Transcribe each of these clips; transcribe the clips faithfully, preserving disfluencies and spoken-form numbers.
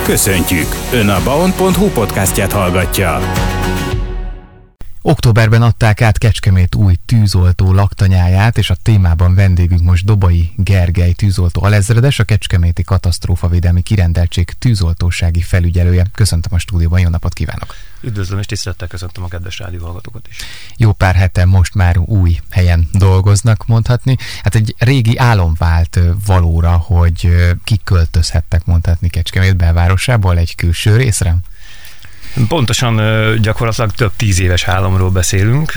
Köszöntjük! Ön a baon pont hu podcastját hallgatja. Októberben adták át Kecskemét új tűzoltó laktanyáját, és a témában vendégünk most Dobai Gergely tűzoltó alezredes, a Kecskeméti Katasztrófavédelmi Kirendeltség tűzoltósági felügyelője. Köszöntöm a stúdióban, jó napot kívánok! Üdvözlöm és tisztelettel köszöntöm a kedves rádióhallgatókat is. Jó pár hete most már új helyen dolgoznak, mondhatni. Hát egy régi álom vált valóra, hogy kiköltözhettek, mondhatni, Kecskemét belvárosából egy külső részre? Pontosan gyakorlatilag több tíz éves álomról beszélünk.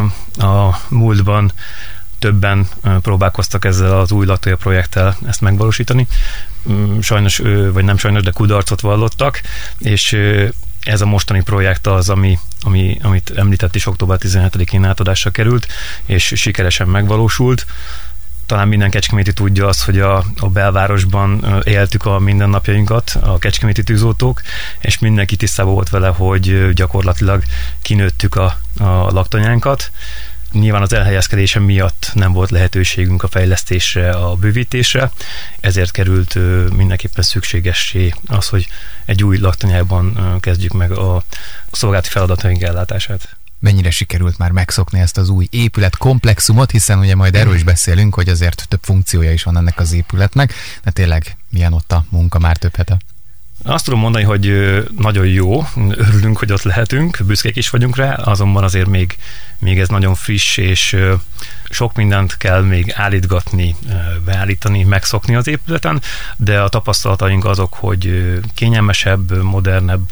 A múltban többen próbálkoztak ezzel az új laktanya projekttel ezt megvalósítani. Sajnos, vagy nem sajnos, de kudarcot vallottak, és ez a mostani projekt az, ami, ami, amit említett is, október tizenhetedikén átadásra került, és sikeresen megvalósult. Talán minden kecskeméti tudja azt, hogy a, a belvárosban éltük a mindennapjainkat, a kecskeméti tűzoltók, és mindenki tisztában volt vele, hogy gyakorlatilag kinőttük a, a laktanyánkat. Nyilván az elhelyezkedése miatt nem volt lehetőségünk a fejlesztésre, a bővítésre, ezért került mindenképpen szükségessé az, hogy egy új laktanyában kezdjük meg a szolgálati feladataink ellátását. Mennyire sikerült már megszokni ezt az új épületkomplexumot, hiszen ugye majd erről is beszélünk, hogy azért több funkciója is van ennek az épületnek, de tényleg milyen ott a munka már több hete? Azt tudom mondani, hogy nagyon jó, örülünk, hogy ott lehetünk, büszkék is vagyunk rá, azonban azért még, még ez nagyon friss, és sok mindent kell még állítgatni, beállítani, megszokni az épületen, de a tapasztalataink azok, hogy kényelmesebb, modernebb,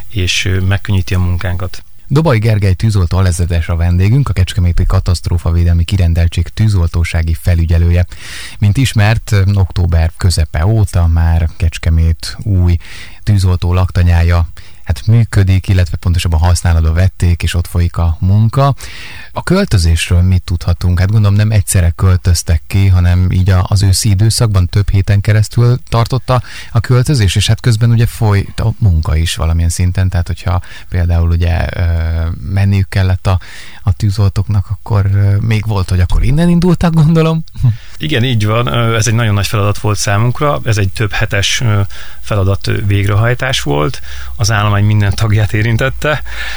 és megkönnyíti a munkánkat. Dobai Gergely tűzoltó alezredes a vendégünk, a Kecskeméti Katasztrófavédelmi Kirendeltség tűzoltósági felügyelője. Mint ismert, október közepe óta már Kecskemét új tűzoltó laktanyája hát működik, illetve pontosabban használatba vették, és ott folyik a munka. A költözésről mit tudhatunk? Hát gondolom nem egyszerre költöztek ki, hanem így az őszi időszakban több héten keresztül tartotta a költözés, és hát közben ugye folyt a munka is valamilyen szinten, tehát hogyha például ugye menniük kellett a, a tűzoltóknak, akkor még volt, hogy akkor innen indultak, gondolom. Igen, így van. Ez egy nagyon nagy feladat volt számunkra, ez egy több hetes feladat végrehajtás volt, az állomány minden tagját érintette,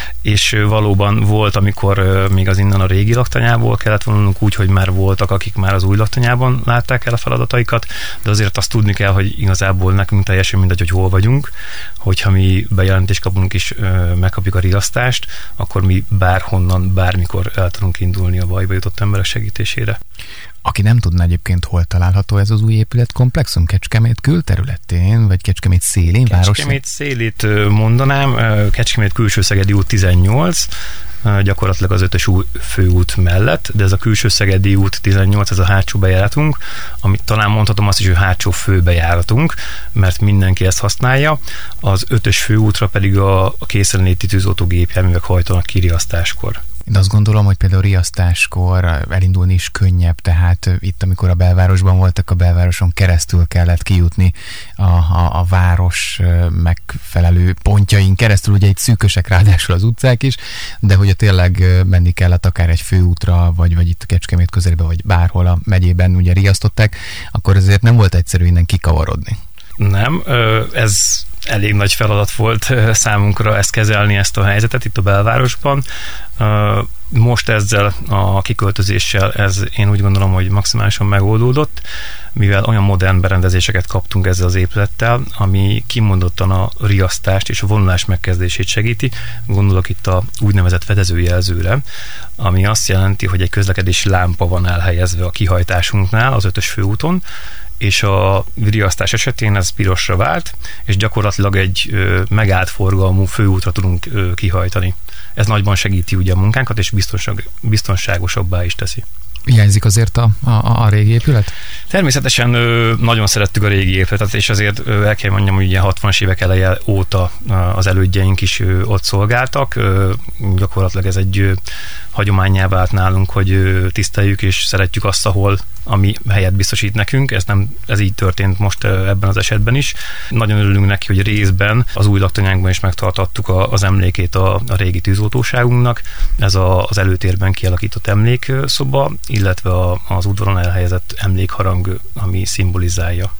és valóban volt, amikor még az innen a régi laktanyából kellett vonulnunk úgy, hogy már voltak, akik már az új laktanyában látták el a feladataikat, de azért azt tudni kell, hogy igazából nekünk teljesen mindegy, hogy hol vagyunk, hogyha mi bejelentést kapunk és megkapjuk a riasztást, akkor mi bárhonnan, bármikor el tudunk indulni a bajba jutott emberek segítésére. Aki nem tudna egyébként, hol található ez az új épületkomplexum? Kecskemét külterületén, vagy Kecskemét szélén? Kecskemét szélét mondanám, Kecskemét Külső-Szegedi út tizennyolc, gyakorlatilag az ötös főút mellett, de ez a Külső-Szegedi út tizennyolc, ez a hátsó bejáratunk, amit talán mondhatom azt is, hogy hátsó főbejáratunk, mert mindenki ezt használja, az ötös főútra pedig a készenléti tűzoltógépjárművek hajtanak ki riasztáskor. Én azt gondolom, hogy például riasztáskor elindulni is könnyebb, tehát itt, amikor a belvárosban voltak, a belvároson keresztül kellett kijutni a, a, a város megfelelő pontjain keresztül, ugye itt szűkösek ráadásul az utcák is, de hogyha tényleg menni kellett akár egy főútra, vagy, vagy itt Kecskemét közelében, vagy bárhol a megyében ugye riasztották, akkor ezért nem volt egyszerű innen kikavarodni. Nem, ez elég nagy feladat volt számunkra ezt kezelni, ezt a helyzetet itt a belvárosban. Most ezzel a kiköltözéssel ez én úgy gondolom, hogy maximálisan megoldódott, mivel olyan modern berendezéseket kaptunk ezzel az épülettel, ami kimondottan a riasztást és a vonulás megkezdését segíti. Gondolok itt a úgynevezett fedezőjelzőre, ami azt jelenti, hogy egy közlekedési lámpa van elhelyezve a kihajtásunknál az ötös főúton, és a riasztás esetén ez pirosra vált, és gyakorlatilag egy ö, megállt forgalmú főútra tudunk ö, kihajtani. Ez nagyban segíti ugye a munkánkat, és biztonság, biztonságosabbá is teszi. Hiányzik azért a, a, a régi épület? Természetesen ö, nagyon szerettük a régi épületet, és azért ö, el kell mondjam, hogy ugye hatvanas évek eleje óta az elődjeink is ö, ott szolgáltak. Ö, gyakorlatilag ez egy ö, hagyománnyá vált nálunk, hogy ö, tiszteljük és szeretjük azt, ahol ami helyet biztosít nekünk. Ez, nem, ez így történt most ö, ebben az esetben is. Nagyon örülünk neki, hogy részben az új laktanyánkban is megtartattuk a, az emlékét a, a régi tűzoltóságunknak. Ez a, az előtérben kialakított emlékszoba, illetve a, az udvaron elhelyezett emlékharang, ami szimbolizálja.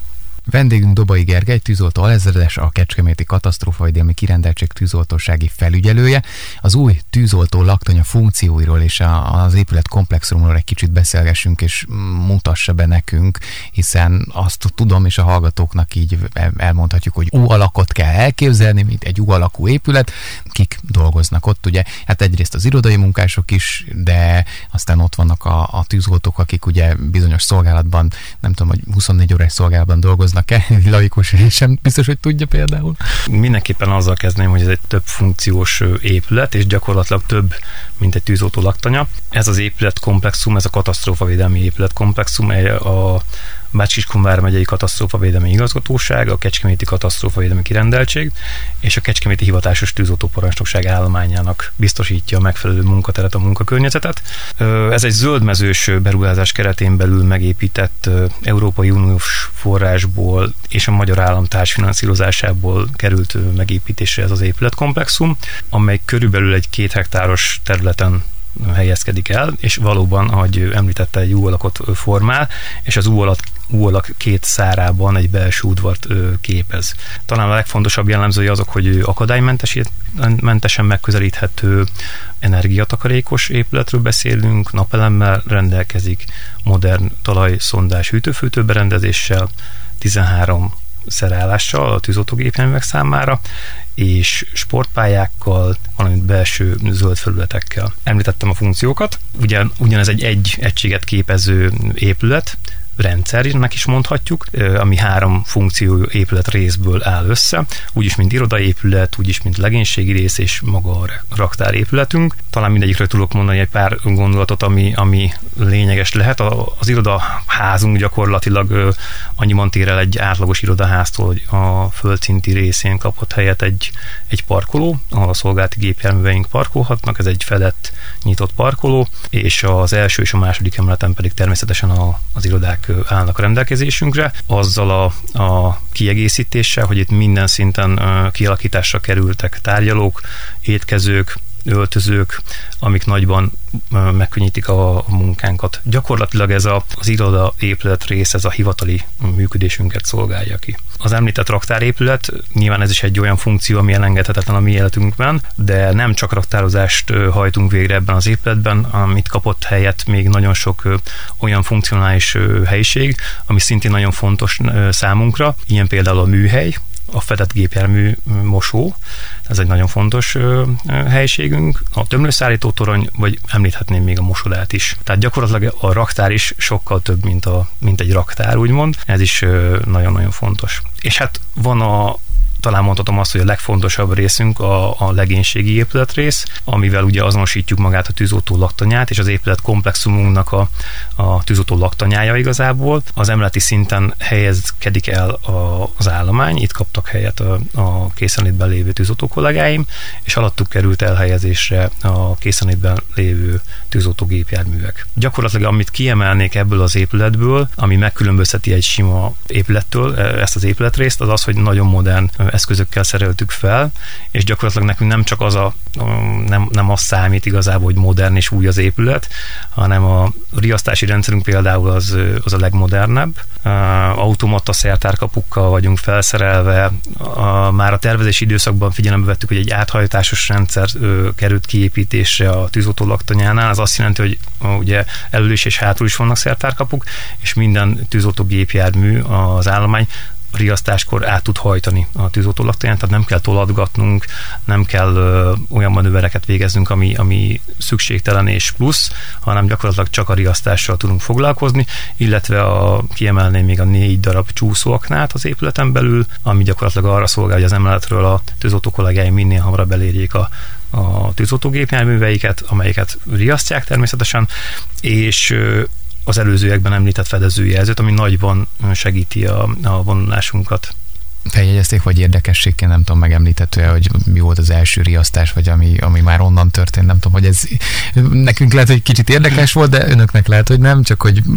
Vendégünk Dobai Gergely, tűzoltó alezredes, a Kecskeméti Katasztrófavédelmi Kirendeltség tűzoltósági felügyelője. Az új tűzoltó laktanya funkcióiról és az épület komplexumról egy kicsit beszélgessünk, és mutassa be nekünk, hiszen azt tudom, és a hallgatóknak így elmondhatjuk, hogy U alakot kell elképzelni, mint egy U alakú épület. Kik dolgoznak ott, ugye? Hát egyrészt az irodai munkások is, de aztán ott vannak a, a tűzoltók, akik ugye bizonyos szolgálatban, nem tudom, hogy huszonnégy órás szolgálatban dolgoznak-e, laikus sem biztos, hogy tudja például. Mindenképpen azzal kezdném, hogy ez egy több funkciós épület, és gyakorlatilag több, mint egy tűzoltó laktanya. Ez az épületkomplexum, ez a katasztrófavédelmi épületkomplexum, a Bács-Kiskun megyei Katasztrófavédelmi Igazgatóság, a Kecskeméti Katasztrófavédelmi Kirendeltség és a Kecskeméti Hivatásos Tűzoltóparancsnokság állományának biztosítja a megfelelő munkateret, a munkakörnyezetet. Ez egy zöldmezős beruházás keretén belül megépített Európai Uniós forrásból és a magyar állam társfinanszírozásából került megépítésre ez az épületkomplexum, amely körülbelül egy két hektáros területen helyezkedik el, és valóban, ahogy említette, egy U alakot formál, és az U alak, U alak két szárában egy belső udvart képez. Talán a legfontosabb jellemzője azok, hogy akadálymentesen megközelíthető, energiatakarékos épületről beszélünk, napelemmel rendelkezik, modern talajszondás hűtő-fűtőberendezéssel, tizenhárom szerállással a tűzoltógépjárművek számára, és sportpályákkal, valamint belső zöld felületekkel. Említettem a funkciókat, ugyan, ugyanez egy egy egységet képező épület, rendszernek is mondhatjuk, ami három funkció épület részből áll össze, úgyis, mint irodaépület, úgyis, mint legénységi rész és maga a raktárépületünk. Talán mindegyikről tudok mondani egy pár gondolatot, ami, ami lényeges lehet. Az irodaházunk gyakorlatilag annyiban tér el egy átlagos irodaháztól, hogy a földszinti részén kapott helyet egy, egy parkoló, ahol a szolgálati gépjárműveink parkolhatnak, ez egy fedett nyitott parkoló, és az első és a második emeleten pedig természetesen a, az irodák állnak rendelkezésünkre, azzal a, a kiegészítéssel, hogy itt minden szinten kialakításra kerültek tárgyalók, étkezők, öltözők, amik nagyban megkönnyítik a munkánkat. Gyakorlatilag ez a, az iroda épület rész, ez a hivatali működésünket szolgálja ki. Az említett raktárépület, nyilván ez is egy olyan funkció, ami elengedhetetlen a mi életünkben, de nem csak raktározást hajtunk végre ebben az épületben, amit kapott helyet még nagyon sok olyan funkcionális helyiség, ami szintén nagyon fontos számunkra, ilyen például a műhely, a fedett gépjármű mosó, ez egy nagyon fontos ö, helyiségünk, a tömlőszállító torony, vagy említhetném még a mosodát is. Tehát gyakorlatilag a raktár is sokkal több, mint, a, mint egy raktár, úgymond. Ez is ö, nagyon-nagyon fontos. És hát van a talán mondhatom azt, hogy a legfontosabb részünk a, a legénységi épületrész, amivel ugye azonosítjuk magát a tűzoltó laktanyát, és az épület komplexumunknak a, a tűzoltó laktanyája igazából. Az emeleti szinten helyezkedik el a, az állomány, itt kaptak helyet a, a készenlétben lévő tűzoltó kollégáim, és alattuk került elhelyezésre a készenlétben lévő tűzoltó gépjárművek. Gyakorlatilag amit kiemelnék ebből az épületből, ami megkülönbözteti egy sima épülettől ezt az épületrészt, az az, hogy nagyon modern eszközökkel szereltük fel, és gyakorlatilag nekünk nem csak az a, nem, nem az számít igazából, hogy modern és új az épület, hanem a riasztási rendszerünk például az, az a legmodernebb. Automata szertárkapukkal vagyunk felszerelve. A, már a tervezési időszakban figyelembe vettük, hogy egy áthajtásos rendszer ö, került kiépítésre a tűzoltó laktanyánál. Az azt jelenti, hogy ugye elől is és hátul is vannak szertárkapuk, és minden tűzoltó gépjármű, az állomány riasztáskor át tud hajtani a tűzoltó laktanyát, tehát nem kell tolatgatnunk, nem kell ö, olyan manővereket végeznünk, ami, ami szükségtelen és plusz, hanem gyakorlatilag csak a riasztással tudunk foglalkozni, illetve a, kiemelném még a négy darab csúszóaknát az épületen belül, ami gyakorlatilag arra szolgál, hogy az emeletről a tűzoltó kollégáim minél hamarabb elérjék a a tűzoltógépjárműveiket, amelyeket riasztják természetesen, és ö, az előzőekben említett fedezőjelzőt, ami nagyban segíti a, a vonulásunkat. Feljegyezték, vagy érdekességként, nem tudom, megemlíthető, hogy mi volt az első riasztás, vagy ami, ami már onnan történt, nem tudom, hogy ez nekünk lehet, hogy kicsit érdekes volt, de önöknek lehet, hogy nem, csak hogy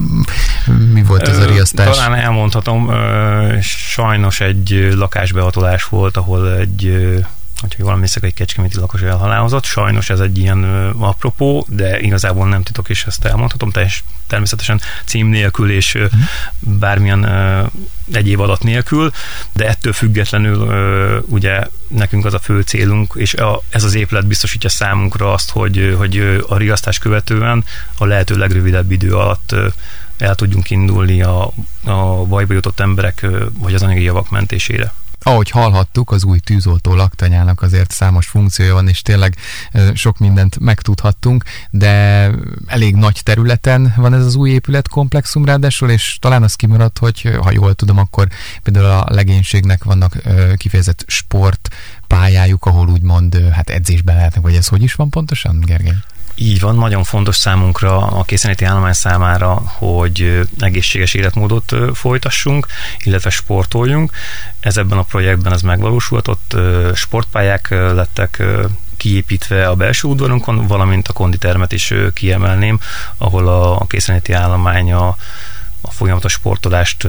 mi volt ez a riasztás. Talán elmondhatom, sajnos egy lakásbehatolás volt, ahol egy hogyha jól emlékszek, egy kecskeméti lakos elhalálozott. Sajnos ez egy ilyen apropó, de igazából nem titok, és ezt elmondhatom, teljes, természetesen cím nélkül és mm. bármilyen ö, egyéb adat nélkül, de ettől függetlenül ö, ugye nekünk az a fő célunk, és a, ez az épület biztosítja számunkra azt, hogy, hogy a riasztás követően a lehető legrövidebb idő alatt ö, el tudjunk indulni a, a bajba jutott emberek ö, vagy az anyagi javak mentésére. Ahogy hallhattuk, az új tűzoltó laktanyának azért számos funkciója van, és tényleg sok mindent megtudhattunk, de elég nagy területen van ez az új épületkomplexum ráadásul, és talán az kimaradt, hogy ha jól tudom, akkor például a legénységnek vannak kifejezett sportpályájuk, ahol úgymond hát edzésben lehetnek, vagy ez hogy is van pontosan, Gergely? Így van, nagyon fontos számunkra, a készenléti állomány számára, hogy egészséges életmódot folytassunk, illetve sportoljunk. Ez ebben a projektben ez megvalósulhatott, sportpályák lettek kiépítve a belső udvarunkon, valamint a konditermet is kiemelném, ahol a készenléti állomány a, a folyamatos sportolást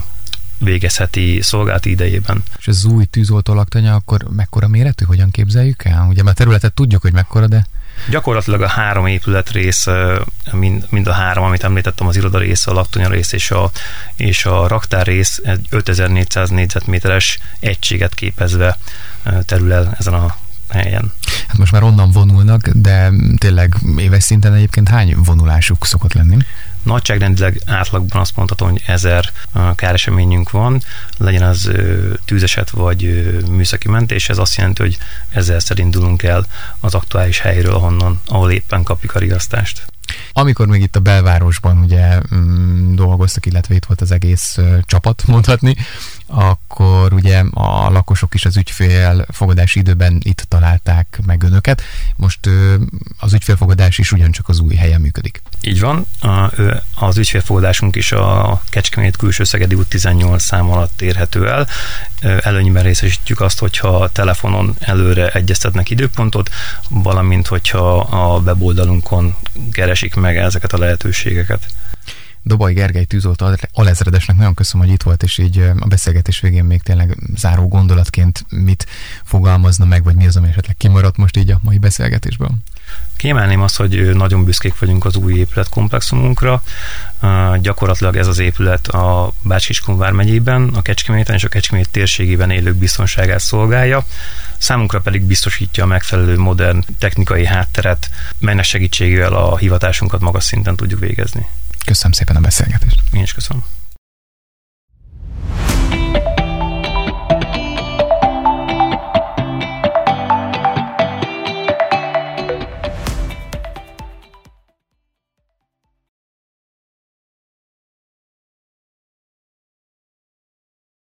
végezheti szolgálati idejében. És az új tűzoltó laktanya akkor mekkora méretű? Hogyan képzeljük el? Ugye már a területet tudjuk, hogy mekkora, de... Gyakorlatilag a három épületrész, mind, mind a három, amit említettem, az iroda rész, a laktanya rész és a, és a raktár rész egy ötezer-négyszáz négyzetméteres egységet képezve terül el ezen a helyen. Hát most már onnan vonulnak, de tényleg éves szinten egyébként hány vonulásuk szokott lenni? Nagyságrendileg átlagban azt mondhatom, hogy ezer káreseményünk van, legyen az tűzeset vagy műszaki mentés, ez azt jelenti, hogy ezerszer indulunk el az aktuális helyről, ahonnan, ahol éppen kapjuk a riasztást. Amikor még itt a belvárosban ugye mm, dolgoztak, illetve itt volt az egész uh, csapat, mondhatni, akkor ugye a lakosok is az ügyfélfogadási időben itt találták meg önöket. Most uh, az ügyfélfogadás is ugyancsak az új helyen működik. Így van. Az ügyfélfogadásunk is a Kecskemét külső Szegedi út tizennyolc szám alatt érhető el. Előnyben részesítjük azt, hogyha telefonon előre egyeztetnek időpontot, valamint hogyha a weboldalunkon keresik meg ezeket a lehetőségeket. Dobai Gergely tűzoltó alezredesnek nagyon köszönöm, hogy itt volt, és így a beszélgetés végén még tényleg záró gondolatként mit fogalmazna meg, vagy mi az, ami esetleg kimaradt most így a mai beszélgetésből. Kiemelném azt, hogy nagyon büszkék vagyunk az új épületkomplexumunkra. Uh, gyakorlatilag ez az épület a Bács-Kiskun vármegyében, a Kecskeméten és a Kecskemét térségében élők biztonságát szolgálja. Számunkra pedig biztosítja a megfelelő modern technikai hátteret, melynek segítségével a hivatásunkat magas szinten tudjuk végezni. Köszönöm szépen a beszélgetést. Én is köszönöm.